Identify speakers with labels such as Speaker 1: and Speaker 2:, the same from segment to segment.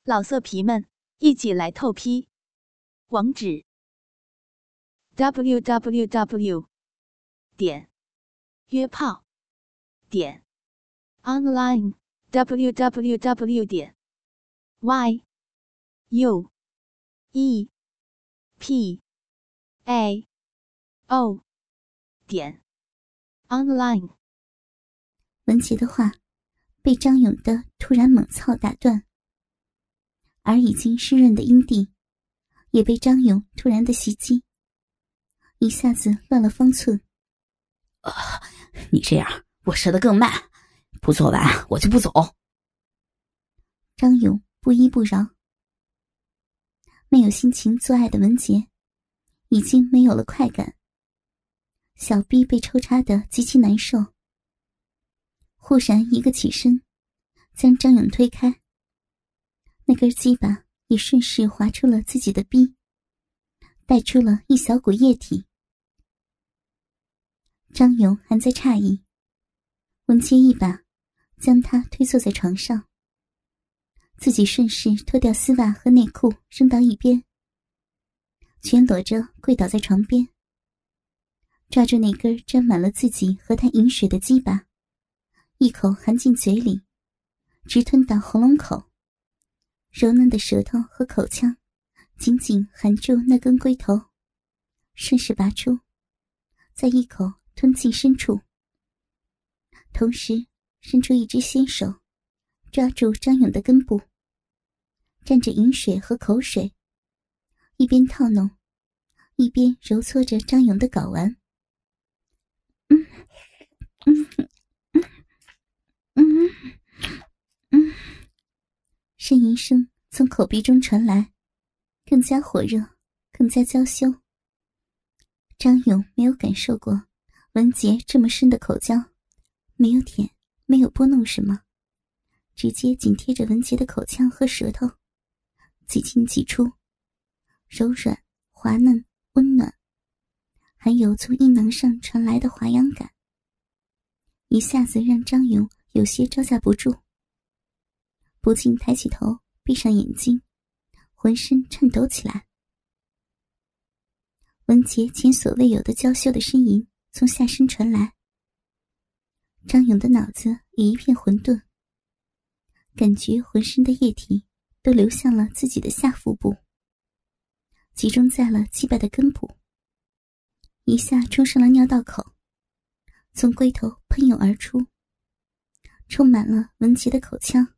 Speaker 1: 老色皮们，一起来透批！网址 www.约炮online www.yuepao.online。
Speaker 2: 文杰的话被张勇的突然猛操打断，而已经湿润的阴蒂也被张勇突然的袭击，一下子乱了方寸。
Speaker 3: 你这样我射得更慢，不做完我就不走。
Speaker 2: 张勇不依不饶。没有心情做爱的文杰已经没有了快感，小臂被抽插得极其难受。忽然一个起身，将张勇推开，那根鸡巴也顺势划出了自己的臂，带出了一小股液体。张勇还在诧异，文杰一把将他推坐在床上，自己顺势脱掉丝袜和内裤扔到一边，全裸着跪倒在床边，抓住那根沾满了自己和他饮水的鸡巴，一口含进嘴里，直吞到喉咙口，柔嫩的舌头和口腔紧紧含住那根龟头，顺势拔出，再一口吞进深处，同时伸出一只纤手抓住张勇的根部，沾着饮水和口水，一边套弄一边揉搓着张勇的睾丸。呻吟声从口鼻中传来，更加火热，更加娇羞。张勇没有感受过文杰这么深的口交，没有舔，没有拨弄什么，直接紧贴着文杰的口腔和舌头，几进几出，柔软滑嫩温暖，还有从阴囊上传来的滑痒感，一下子让张勇有些招架不住，不禁抬起头，闭上眼睛，浑身颤抖起来。文杰前所未有的娇羞的呻吟从下身传来，张勇的脑子也一片混沌，感觉浑身的液体都流向了自己的下腹部，集中在了鸡巴的根部，一下冲上了尿道口，从龟头喷涌而出，充满了文杰的口腔。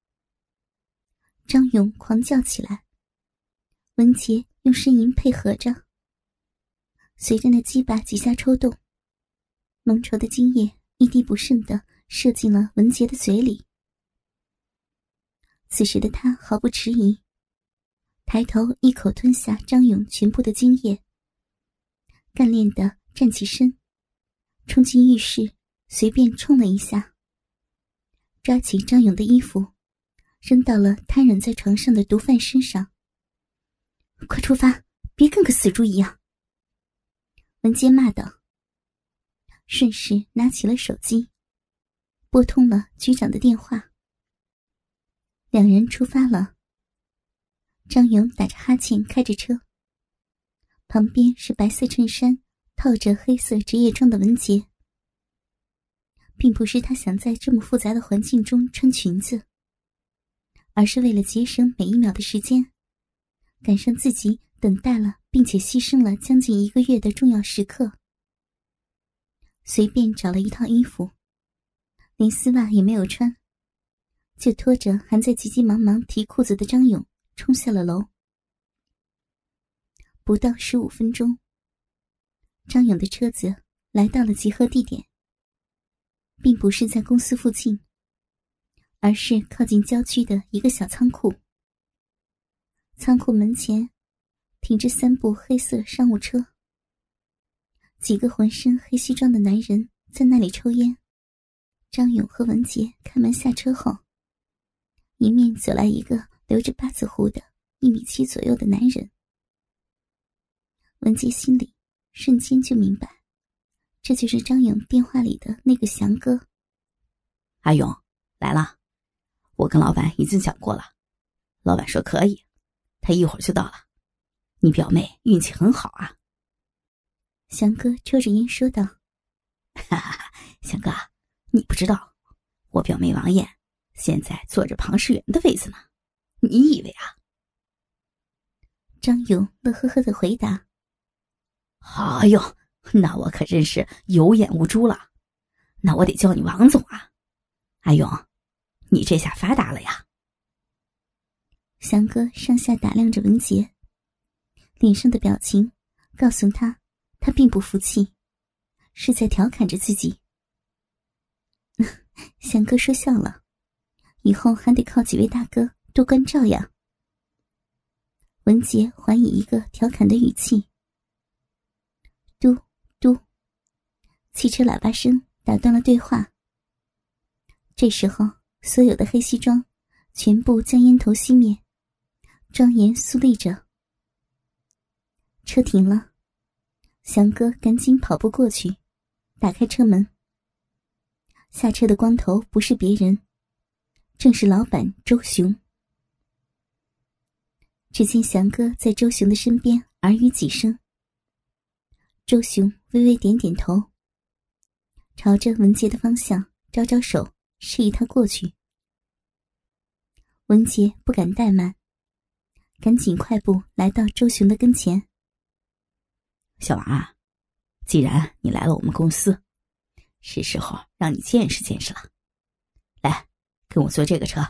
Speaker 2: 张勇狂叫起来，文杰用呻吟配合着，随着那鸡巴几下抽动，浓稠的精液一滴不剩地射进了文杰的嘴里。此时的他毫不迟疑，抬头一口吞下张勇全部的精液，干练地站起身，冲进浴室，随便冲了一下，抓起张勇的衣服扔到了瘫软在床上的毒贩身上。快出发，别跟个死猪一样！文杰骂道，顺势拿起了手机，拨通了局长的电话。两人出发了。张勇打着哈欠开着车，旁边是白色衬衫套着黑色职业装的文杰。并不是他想在这么复杂的环境中穿裙子，而是为了节省每一秒的时间，赶上自己等待了并且牺牲了将近1个月的重要时刻。随便找了一套衣服，连丝袜也没有穿，就拖着还在急急忙忙提裤子的张勇冲下了楼。不到15分钟，张勇的车子来到了集合地点，并不是在公司附近，而是靠近郊区的一个小仓库。仓库门前停着3部黑色商务车，几个浑身黑西装的男人在那里抽烟。张勇和文杰开门下车后，迎面走来一个留着8字胡的1.7米左右的男人。文杰心里瞬间就明白，这就是张勇电话里的那个翔哥。
Speaker 3: 阿勇来了，我跟老板已经讲过了， 老板说可以，他一会儿就到了。你表妹运气很好啊。
Speaker 2: 祥哥抽着烟说道。
Speaker 3: 哈哈，祥哥，你不知道，我表妹王艳现在坐着庞世元的位子呢，你以为啊？
Speaker 2: 张勇乐呵呵地回答。
Speaker 3: 哎呦，那我可真是有眼无珠了，那我得叫你王总啊。阿勇，你这下发达了呀。
Speaker 2: 祥哥上下打量着文杰，脸上的表情告诉他，他并不服气，是在调侃着自己。祥哥说笑了，以后还得靠几位大哥多关照呀。文杰还以一个调侃的语气。嘟嘟，汽车喇叭声打断了对话。这时候，所有的黑西装全部将烟头熄灭，庄严肃立着。车停了，祥哥赶紧跑步过去，打开车门。下车的光头不是别人，正是老板周雄。只见祥哥在周雄的身边耳语几声，周雄微微点点头，朝着文杰的方向招招手，示意他过去。文杰不敢怠慢，赶紧快步来到周雄的跟前。
Speaker 3: 小王啊，既然你来了我们公司，是时候让你见识见识了。来，跟我坐这个车。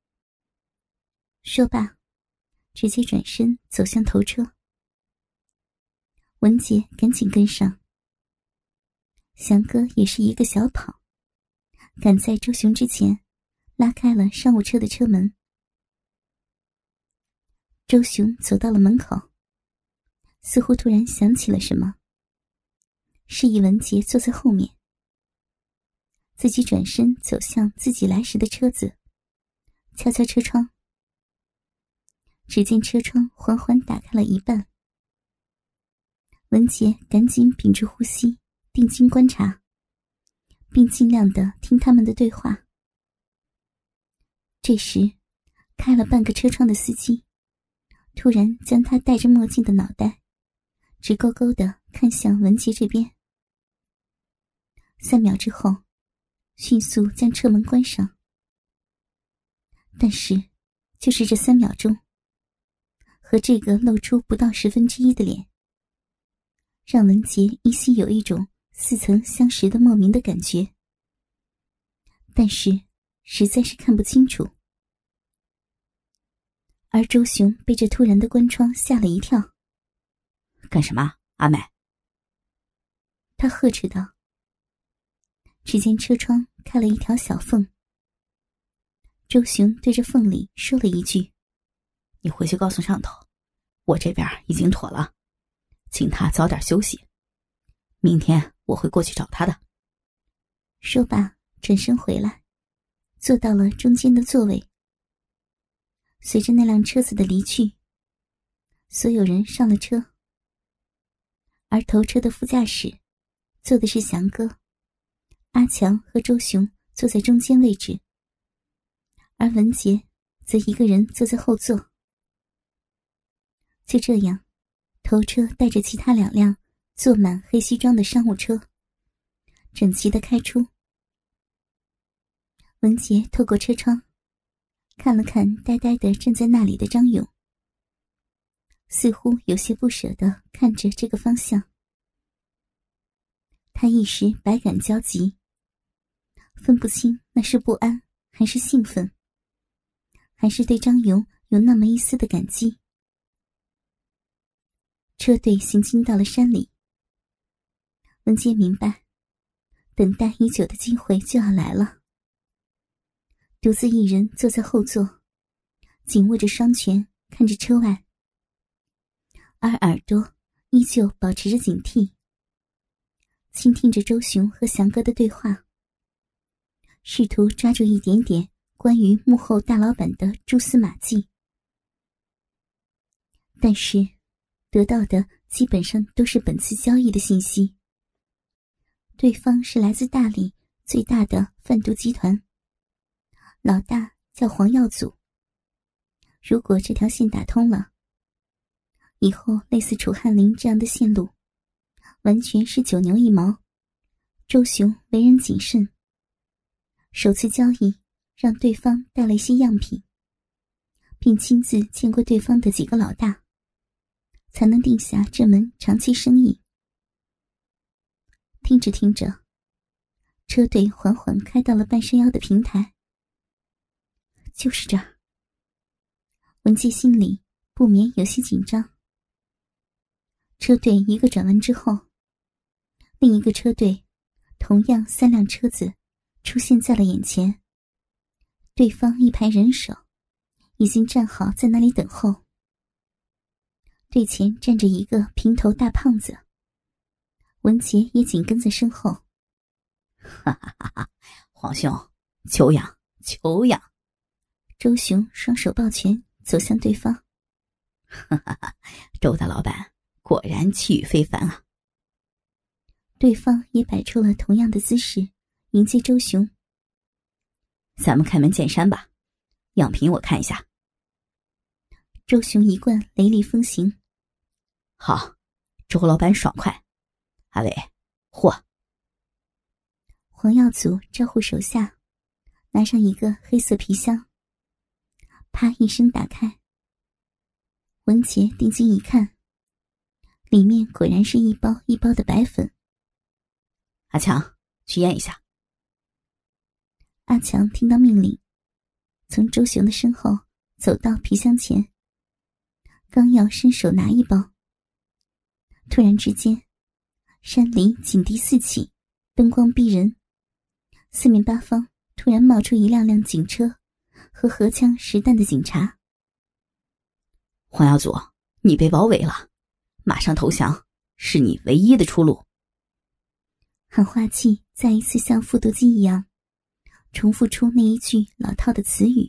Speaker 2: 说罢，直接转身走向头车。文杰赶紧跟上。祥哥也是一个小跑，赶在周雄之前拉开了商务车的车门。周雄走到了门口，似乎突然想起了什么，示意文杰坐在后面，自己转身走向自己来时的车子，敲敲车窗。只见车窗缓缓打开了一半。文杰赶紧屏住呼吸，定睛观察，并尽量地听他们的对话。这时，开了半个车窗的司机突然将他戴着墨镜的脑袋直勾勾地看向文杰这边。3秒之后，迅速将车门关上。但是，就是这3秒钟，和这个露出不到1/10的脸，让文杰依稀有一种似曾相识的莫名的感觉，但是实在是看不清楚。而周雄被这突然的关窗吓了一跳。
Speaker 3: 干什么，阿美？
Speaker 2: 他呵斥道。只见车窗开了一条小缝，周雄对着缝里说了一句：
Speaker 3: 你回去告诉上头，我这边已经妥了，请他早点休息，明天我会过去找他的。
Speaker 2: 说罢转身回来，坐到了中间的座位。随着那辆车子的离去，所有人上了车，而头车的副驾驶坐的是祥哥，阿强和周雄坐在中间位置，而文杰则一个人坐在后座。就这样，头车带着其他2辆坐满黑西装的商务车整齐地开出。文杰透过车窗看了看呆呆地站在那里的张勇，似乎有些不舍地看着这个方向。他一时百感交集，分不清那是不安还是兴奋，还是对张勇有那么一丝的感激。车队行进到了山里，文杰明白，等待已久的机会就要来了。独自一人坐在后座，紧握着双拳看着车外，而耳朵依旧保持着警惕，倾听着周雄和祥哥的对话，试图抓住一点点关于幕后大老板的蛛丝马迹。但是得到的基本上都是本次交易的信息。对方是来自大理最大的贩毒集团，老大叫黄耀祖， 如果这条线打通了，以后类似楚汉林这样的线路，完全是九牛一毛。周雄为人谨慎，首次交易让对方带了一些样品，并亲自见过对方的几个老大，才能定下这门长期生意。听着听着，车队缓缓开到了半山腰的平台。就是这儿。文杰心里不免有些紧张。车队一个转弯之后，另一个车队同样3辆车子出现在了眼前。对方一排人手已经站好在那里等候。队前站着一个平头大胖子，文杰也紧跟在身后。
Speaker 3: 哈哈哈哈！皇兄，久仰久仰。
Speaker 2: 周雄双手抱拳走向对方。
Speaker 3: 哈哈哈！周大老板果然气宇非凡啊！
Speaker 2: 对方也摆出了同样的姿势迎接周雄。
Speaker 3: 咱们开门见山吧，样品我看一下。
Speaker 2: 周雄一贯雷厉风行。
Speaker 3: 好，周老板爽快。阿伟，货。
Speaker 2: 黄耀祖招呼手下拿上一个黑色皮箱，啪一声打开。文杰定睛一看，里面果然是一包一包的白粉。
Speaker 3: 阿强，去验一下。
Speaker 2: 阿强听到命令，从周雄的身后走到皮箱前，刚要伸手拿一包，突然之间，山里警笛四起，灯光逼人，四面八方突然冒出一辆辆警车和荷枪实弹的警察。
Speaker 3: 黄耀祖，你被包围了，马上投降是你唯一的出路。
Speaker 2: 喊话器再一次像复读机一样重复出那一句老套的词语。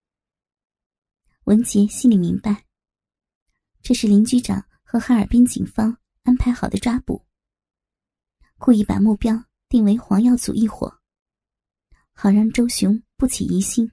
Speaker 2: 文杰心里明白，这是林局长和哈尔滨警方安排好的抓捕，故意把目标定为黄耀祖一伙，好让周雄不起疑心。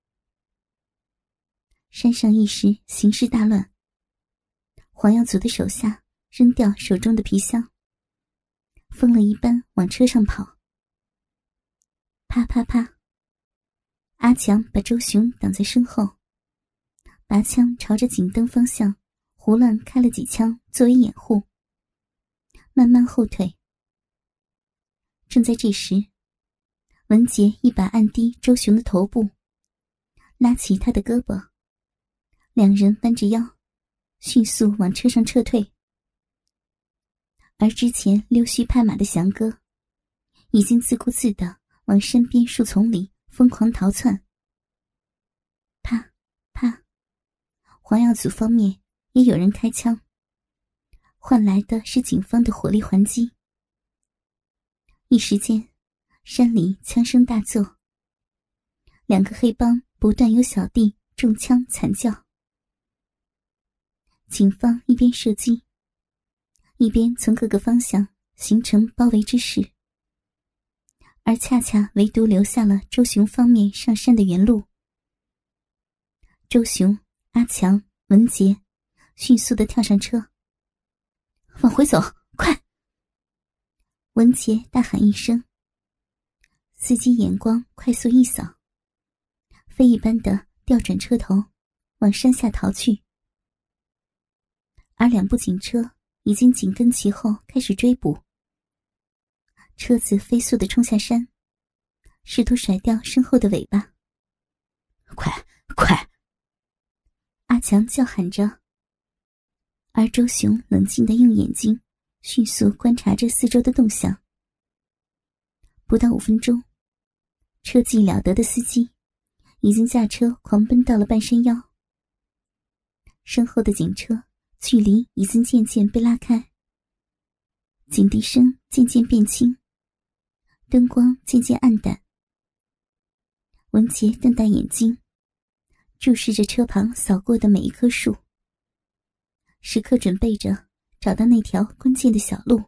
Speaker 2: 山上一时形势大乱，黄耀祖的手下扔掉手中的皮箱，疯了一般往车上跑。啪啪啪，阿强把周雄挡在身后，拔枪朝着警灯方向胡乱开了几枪作为掩护，慢慢后退。正在这时，文杰一把按低周雄的头部，拉起他的胳膊，两人弯着腰迅速往车上撤退。而之前溜须拍马的翔哥已经自顾自地往山边树丛里疯狂逃窜。啪啪，黄耀祖方面也有人开枪，换来的是警方的火力还击。一时间，山里枪声大作，两个黑帮不断有小弟中枪惨叫。警方一边射击，一边从各个方向形成包围之势，而恰恰唯独留下了周雄方面上山的原路。周雄、阿强、文杰迅速地跳上车。往回走，快！文杰大喊一声，司机眼光快速一扫，飞一般的调转车头往山下逃去。而两部警车已经紧跟其后开始追捕，车子飞速地冲下山，试图甩掉身后的尾巴。
Speaker 3: 快快！
Speaker 2: 阿强叫喊着，而周雄冷静地用眼睛迅速观察着四周的动向。不到5分钟，车技了得的司机已经驾车狂奔到了半山腰，身后的警车距离已经渐渐被拉开，警笛声渐渐变轻，灯光渐渐暗淡。文杰瞪大眼睛，注视着车旁扫过的每一棵树，时刻准备着找到那条关键的小路。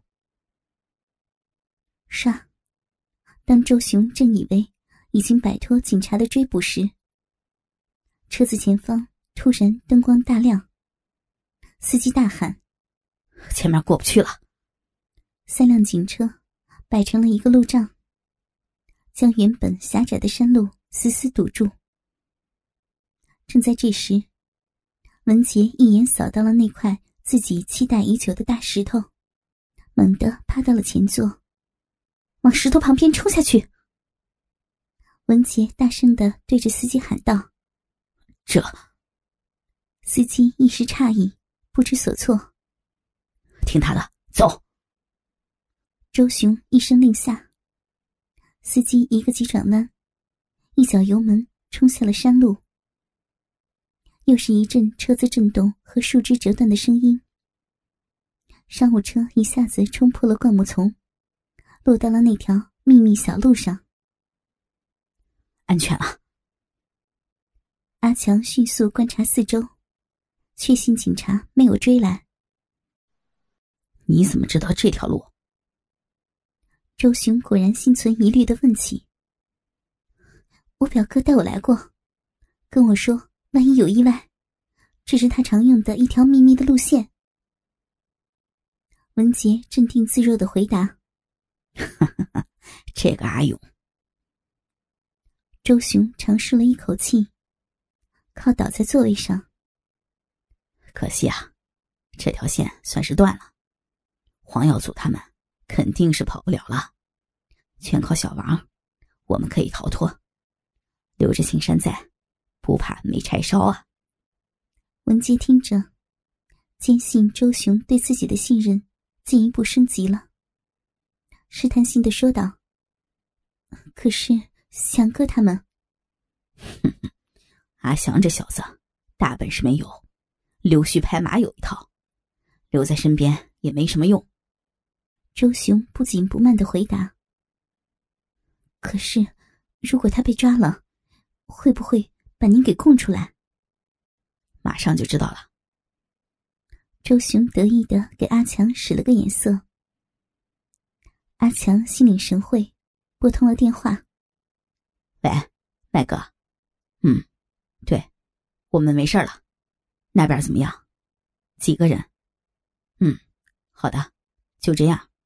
Speaker 2: 唰！当周雄正以为已经摆脱警察的追捕时，车子前方突然灯光大亮，司机大喊：
Speaker 3: 前面过不去了
Speaker 2: ！3辆警车摆成了一个路障，将原本狭窄的山路死死堵住。正在这时，文杰一眼扫到了那块自己期待已久的大石头，猛地趴到了前座，往石头旁边冲下去。文杰大声地对着司机喊道：
Speaker 3: 这……
Speaker 2: 司机一时诧异，不知所措。
Speaker 3: 听他的，走！
Speaker 2: 周雄一声令下，司机一个急转弯，一脚油门冲下了山路。又是一阵车子震动和树枝折断的声音，商务车一下子冲破了灌木丛，落到了那条秘密小路上。
Speaker 3: 安全了。
Speaker 2: 阿强迅速观察四周，确信警察没有追来。
Speaker 3: 你怎么知道这条路？
Speaker 2: 周雄果然心存疑虑地问起。我表哥带我来过，跟我说万一有意外，这是他常用的一条秘密的路线。文杰镇定自若地回答：
Speaker 3: 这个阿勇。
Speaker 2: 周雄长舒了一口气，靠倒在座位上。
Speaker 3: 可惜啊，这条线算是断了，黄耀祖他们肯定是跑不了了，全靠小王，我们可以逃脱，留着青山在，不怕没柴烧啊。
Speaker 2: 文杰听着，坚信周雄对自己的信任进一步升级了，试探性地说道：可是翔哥他们……
Speaker 3: 阿翔这小子大本事没有，溜须拍马有一套，留在身边也没什么用。
Speaker 2: 周雄不紧不慢地回答：可是如果他被抓了，会不会把您给供出来？
Speaker 3: 马上就知道了。
Speaker 2: 周雄得意地给阿强使了个眼色。阿强心领神会，拨通了电话。
Speaker 3: 喂，麦哥。对，我们没事了。那边怎么样？几个人？好的，就这样。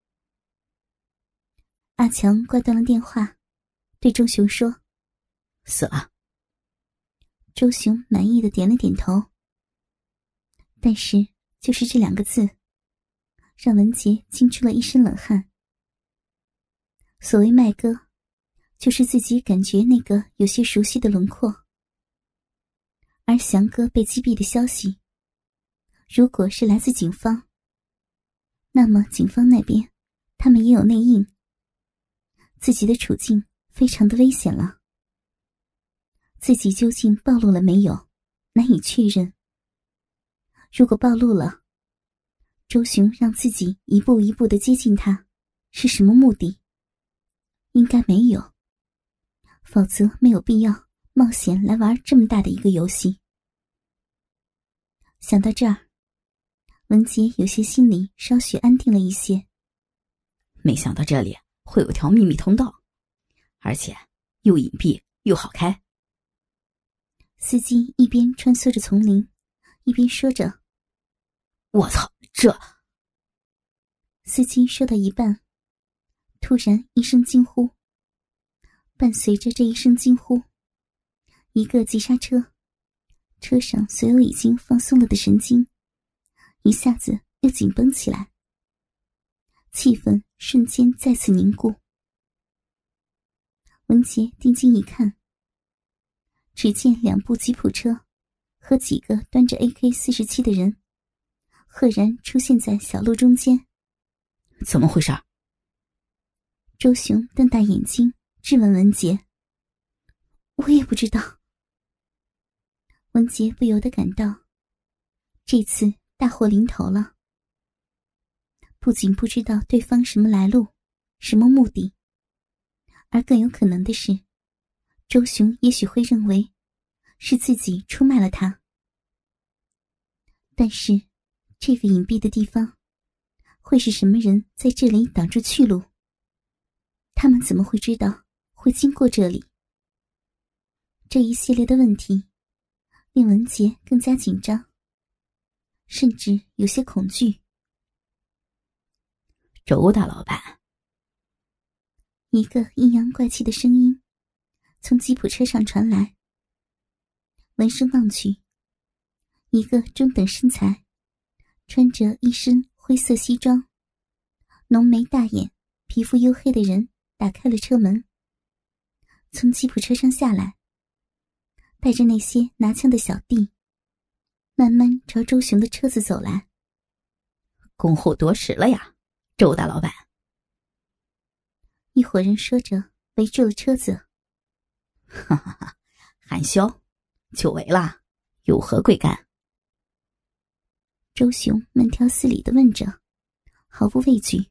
Speaker 2: 阿强挂断了电话，对周雄说：
Speaker 3: 死了。
Speaker 2: 周雄满意的点了点头。但是就是这2个字，让文杰惊出了一身冷汗。所谓麦哥，就是自己感觉那个有些熟悉的轮廓。而翔哥被击毙的消息，如果是来自警方，那么警方那边他们也有内应，自己的处境非常的危险了。自己究竟暴露了没有，难以确认。如果暴露了，周雄让自己一步一步地接近他，是什么目的？应该没有，否则没有必要冒险来玩这么大的一个游戏。想到这儿，文杰有些心里稍许安定了一些。
Speaker 3: 没想到这里会有条秘密通道，而且又隐蔽又好开。
Speaker 2: 司机一边穿梭着丛林，一边说着：
Speaker 3: 我操，这……
Speaker 2: 司机说到一半，突然一声惊呼，伴随着这一声惊呼，一个急刹车，车上所有已经放松了的神经一下子又紧绷起来，气氛瞬间再次凝固。文杰定睛一看，只见2部吉普车和几个端着 AK-47 的人赫然出现在小路中间。
Speaker 3: 怎么回事？
Speaker 2: 周雄瞪大眼睛质问文杰。我也不知道。文杰不由得感到，这次大祸临头了。不仅不知道对方什么来路，什么目的，而更有可能的是，周雄也许会认为是自己出卖了他。但是这个隐蔽的地方，会是什么人在这里挡住去路？他们怎么会知道会经过这里？这一系列的问题令文杰更加紧张，甚至有些恐惧。
Speaker 3: 周大老板，
Speaker 2: 一个阴阳怪气的声音从吉普车上传来。闻声望去，一个中等身材，穿着一身灰色西装，浓眉大眼，皮肤黝黑的人打开了车门，从吉普车上下来，带着那些拿枪的小弟，慢慢朝周雄的车子走来。
Speaker 3: 恭候多时了呀，周大老板。
Speaker 2: 一伙人说着围住了车子。
Speaker 3: 哈哈哈，韩萧，久违了，有何贵干？
Speaker 2: 周雄慢条斯理地问着，毫不畏惧。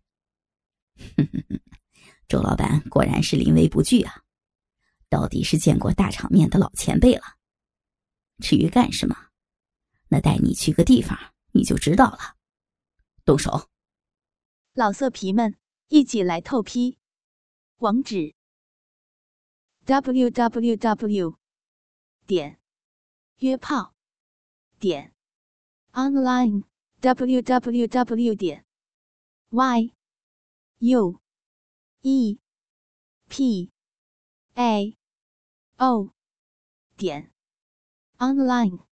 Speaker 3: 周老板果然是临危不惧啊，到底是见过大场面的老前辈了。至于干什么，那带你去个地方你就知道了。动手！
Speaker 1: 老色皮们，一起来透批！网址 www.约炮online www.yuepao.online